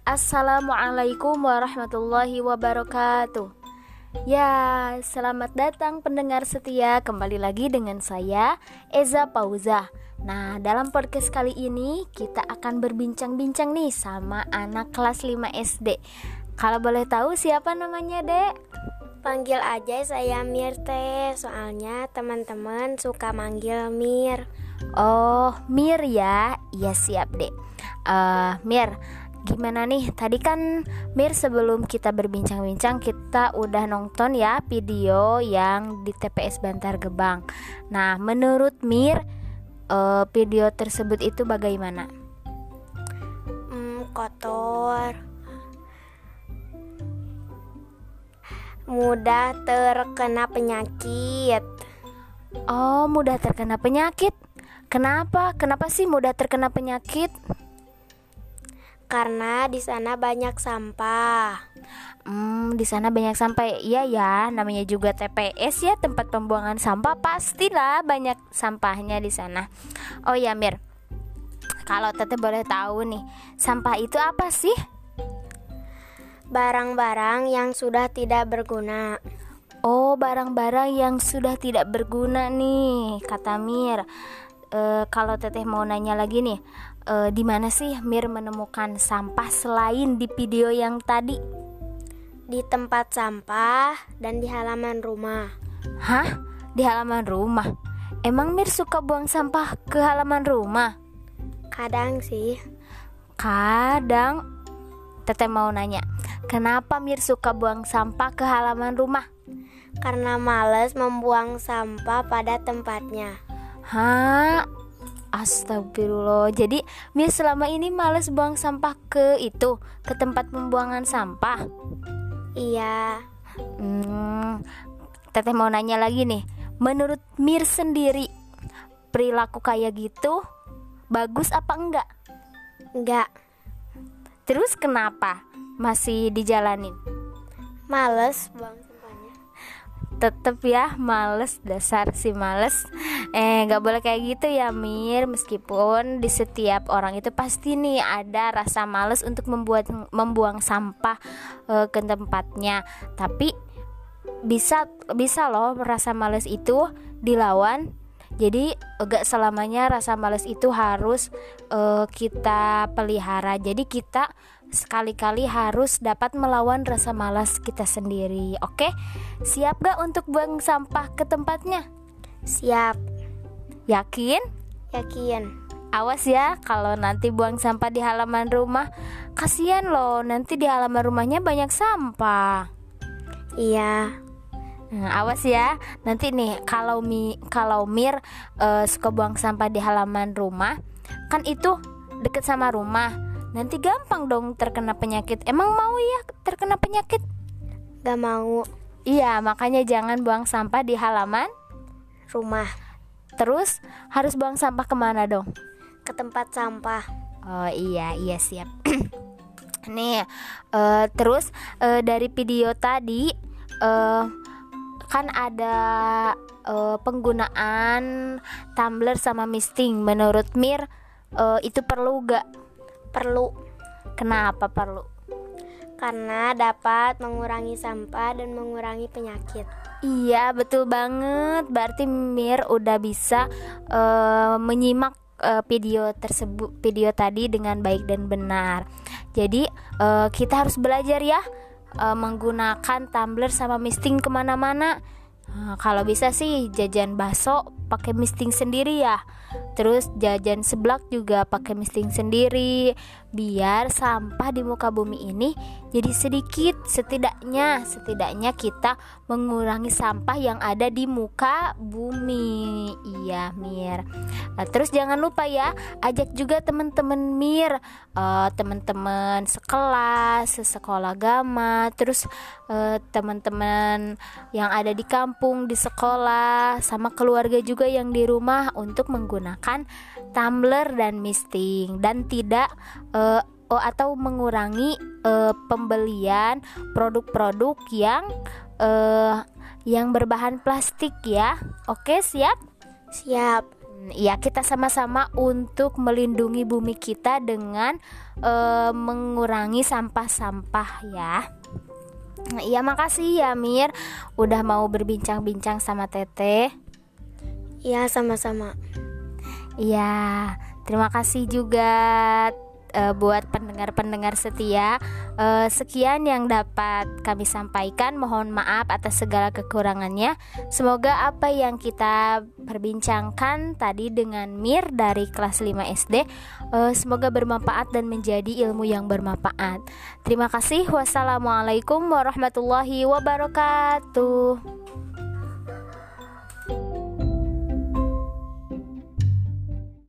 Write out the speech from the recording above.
Assalamualaikum warahmatullahi wabarakatuh. Ya, selamat datang pendengar setia, kembali lagi dengan saya Eza Pauza. Nah, dalam podcast kali ini kita akan berbincang-bincang nih sama anak kelas 5 SD. Kalau boleh tahu siapa namanya, Dek? Panggil aja saya Mir teh, soalnya teman-teman suka manggil Mir. Oh, Mir ya. Iya, siap, Dek. Mir, gimana nih? Tadi kan Mir, sebelum kita berbincang-bincang, kita udah nonton ya video yang di TPS Bantar Gebang. Nah, menurut Mir, video tersebut itu bagaimana? Kotor, mudah terkena penyakit. Oh, mudah terkena penyakit. Kenapa? Kenapa sih mudah terkena penyakit? Karena di sana banyak sampah. Di sana banyak sampah. Iya ya, namanya juga TPS ya, tempat pembuangan sampah, pastilah banyak sampahnya di sana. Oh ya Mir, kalau Teteh boleh tahu nih, sampah itu apa sih? Barang-barang yang sudah tidak berguna. Oh, barang-barang yang sudah tidak berguna nih, kata Mir. Kalau Teteh mau nanya lagi nih, di mana sih Mir menemukan sampah selain di video yang tadi? Di tempat sampah dan di halaman rumah. Hah? Di halaman rumah? Emang Mir suka buang sampah ke halaman rumah? Kadang sih. Kadang. Teteh mau nanya, kenapa Mir suka buang sampah ke halaman rumah? Karena males membuang sampah pada tempatnya. Hah? Astagfirullah. Jadi Mir selama ini males buang sampah ke tempat pembuangan sampah. Iya. Teteh mau nanya lagi nih, menurut Mir sendiri, perilaku kayak gitu bagus apa enggak? Enggak. Terus kenapa masih dijalanin? Males buang sampahnya. Tetep ya, males, dasar si males. Gak boleh kayak gitu ya Mir. Meskipun di setiap orang itu pasti nih ada rasa males untuk membuang sampah ke tempatnya. Tapi bisa loh rasa males itu dilawan. Jadi gak selamanya rasa males itu harus kita pelihara. Jadi kita sekali-kali harus dapat melawan rasa malas kita sendiri. Oke? Siap gak untuk buang sampah ke tempatnya? Siap. Yakin? Yakin. Awas ya kalau nanti buang sampah di halaman rumah. Kasian loh, nanti di halaman rumahnya banyak sampah. Iya. Awas ya. Nanti nih kalau Mir suka buang sampah di halaman rumah, kan itu deket sama rumah. Nanti gampang dong terkena penyakit. Emang mau ya terkena penyakit? Gak mau. Iya, makanya jangan buang sampah di halaman rumah. Terus harus buang sampah kemana dong? Ke tempat sampah. Oh iya siap. Nih terus dari video tadi kan ada penggunaan tumbler sama misting. Menurut Mir itu perlu gak? Perlu. Kenapa perlu? Karena dapat mengurangi sampah dan mengurangi penyakit. Iya, betul banget. Berarti Mir udah bisa menyimak video tadi dengan baik dan benar. Jadi kita harus belajar ya menggunakan tumbler sama misting kemana-mana. Kalau bisa sih jajan bakso pakai misting sendiri ya. Terus jajan seblak juga pakai misting sendiri, biar sampah di muka bumi ini jadi sedikit. Setidaknya kita mengurangi sampah yang ada di muka bumi. Iya Mir. Terus jangan lupa ya, ajak juga teman-teman Mir, teman-teman sekelas, sekolah agama, terus teman-teman yang ada di kampung, di sekolah, sama keluarga juga yang di rumah untuk menggunakan tumbler dan misting, dan tidak atau mengurangi pembelian produk-produk yang berbahan plastik ya. Oke, siap? Siap. Ya, kita sama-sama untuk melindungi bumi kita dengan mengurangi sampah-sampah ya. Iya, makasih ya Mir udah mau berbincang-bincang sama Teteh. Ya, sama-sama. Iya, terima kasih juga buat pendengar-pendengar setia. Sekian yang dapat kami sampaikan. Mohon maaf atas segala kekurangannya. Semoga apa yang kita perbincangkan tadi dengan Mir dari kelas 5 SD semoga bermanfaat dan menjadi ilmu yang bermanfaat. Terima kasih. Wassalamualaikum warahmatullahi wabarakatuh.